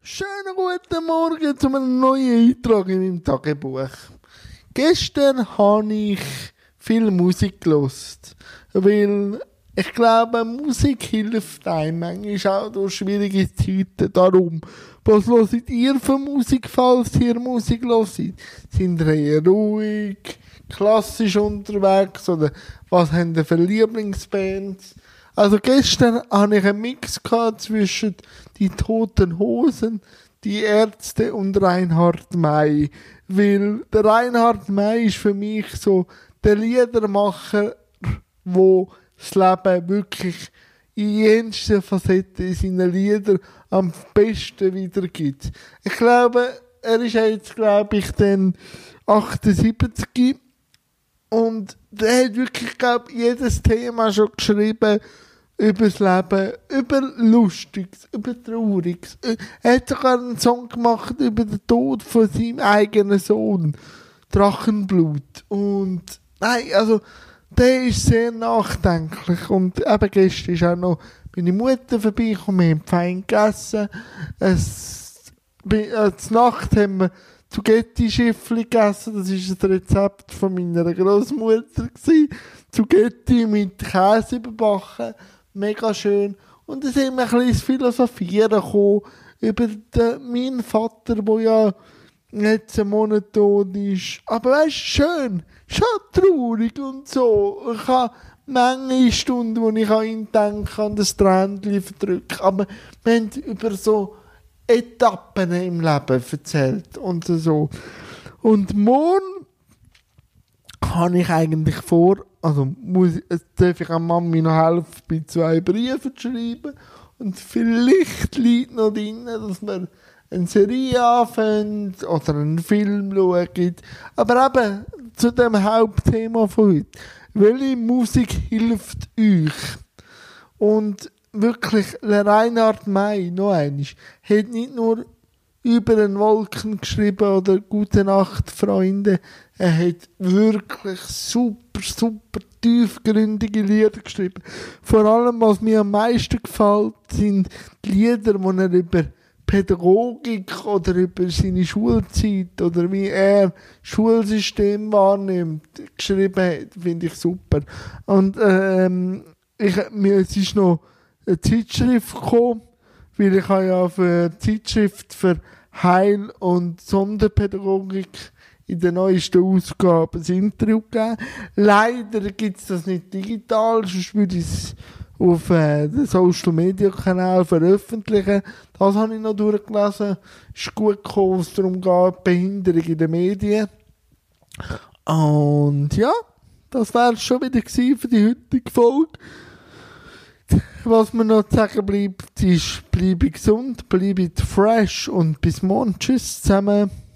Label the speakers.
Speaker 1: Schönen guten Morgen zu einem neuen Eintrag in meinem Tagebuch. Gestern habe ich viel Musik gehört, weil ich glaube, Musik hilft einem manchmal auch durch schwierige Zeiten. Darum, was hört ihr für Musik, falls ihr Musik hört? Sind ihr eher ruhig, klassisch unterwegs oder was habt ihr für Lieblingsbands? Also gestern hatte ich einen Mix zwischen die Toten Hosen, die Ärzte und Reinhard May. Weil der Reinhard May ist für mich so der Liedermacher, wo das Leben wirklich in jensten Facetten in seinen Liedern am besten wiedergibt. Ich glaube, er ist jetzt, dann 78 und der hat wirklich, jedes Thema schon geschrieben, über das Leben, über Lustiges, über Trauriges. Er hat sogar einen Song gemacht über den Tod von seinem eigenen Sohn, Drachenblut. Und nein, also der ist sehr nachdenklich. Und eben gestern ist auch noch meine Mutter vorbeigekommen, wir haben fein gegessen. Zur Nacht haben wir Zugetti-Schiffli gegessen, das war das Rezept von meiner Großmutter. Zugetti mit Käse überbacken, mega schön. Und dann sind wir ein bisschen ins Philosophieren gekommen über meinen Vater, der ja jetzt einen Monat tot ist. Aber weißt du, schön, schon traurig und so. Ich habe Menge Stunden, wo ich an ihn denke, an das Tränchen verdrücke. Aber wir haben über so Etappen im Leben erzählt und so. Und morgen habe ich eigentlich vor, darf ich an Mami noch helfen, bei 2 Briefen zu schreiben. Und vielleicht liegt noch drin, dass wir eine Serie anfangen oder einen Film schauen. Aber eben zu dem Hauptthema von heute. Welche Musik hilft euch? Und wirklich, Reinhard May, noch einmal, hat nicht nur über den Wolken geschrieben oder Gute Nacht, Freunde. Er hat wirklich super tiefgründige Lieder geschrieben. Vor allem, was mir am meisten gefällt, sind die Lieder, die er über Pädagogik oder über seine Schulzeit oder wie er Schulsystem wahrnimmt, geschrieben hat. Finde ich super. Und es ist noch eine Zeitschrift gekommen, weil ich habe ja für die Zeitschrift für Heil- und Sonderpädagogik in der neuesten Ausgabe ein Interview gegeben. Leider gibt es das nicht digital, sonst würde ich es auf den Social Media Kanal veröffentlichen. Das habe ich noch durchgelesen. Ist gut gekommen, was darum geht, Behinderung in den Medien. Und ja, das wäre es schon wieder für die heutige Folge. Was mir noch zu sagen bleibt, ist, bleibe gesund, bleibe fresh und bis morgen. Tschüss zusammen.